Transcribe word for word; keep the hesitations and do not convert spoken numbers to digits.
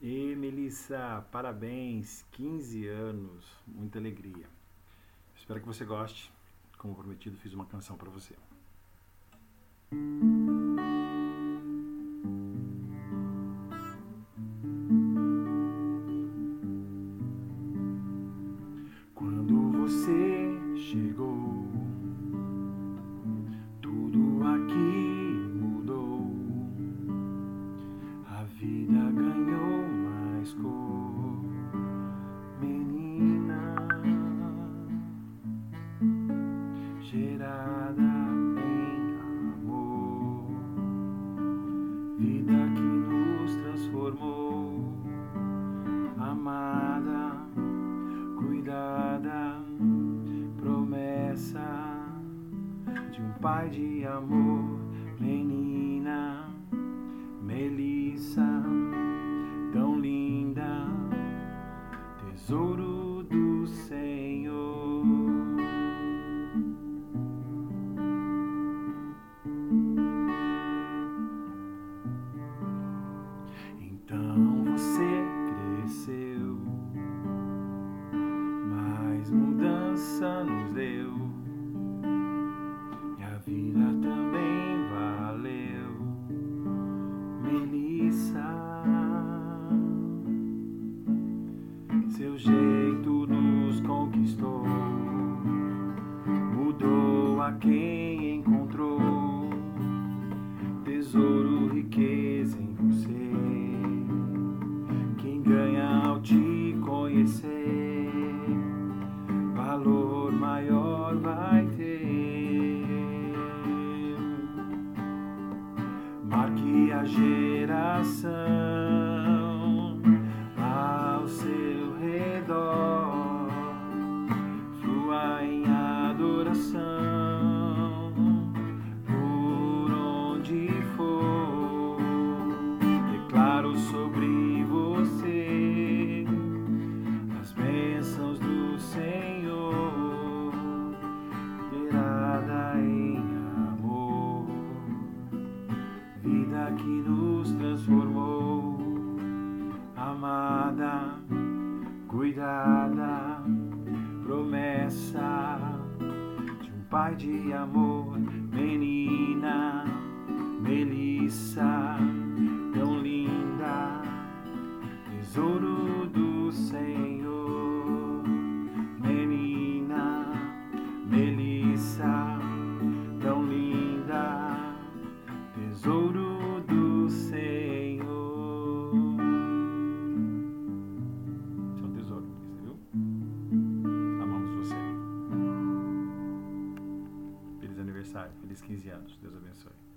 E Melissa, parabéns, quinze anos, muita alegria. Espero que você goste. Como prometido, fiz uma canção para você. Quando você chegou, tudo aqui mudou. A vida ganhou mais cor, menina, gerada em amor, vida que nos transformou, amada, cuidada, promessa de um pai de amor, menina Melissa, tão linda, tesouro do Senhor. Então você cresceu, mais mudança nos deu, e a vida também valeu, Melissa. Seu jeito nos conquistou, mudou a quem encontrou, tesouro, riqueza em você. Quem ganha ao te conhecer, valor maior vai ter. Marque a geração ao seu redor, flua em adoração por onde for. Declaro sobre você as bênçãos do Senhor, gerada em amor, vida que nos transformou, amada, cuidada, promessa de um pai de amor, menina Melissa, tão linda, tesouro do Senhor, menina Melissa, tão linda, tesouro do Senhor. Seu tesouro, viu? Amamos você. Feliz aniversário, feliz quinze anos. Deus abençoe.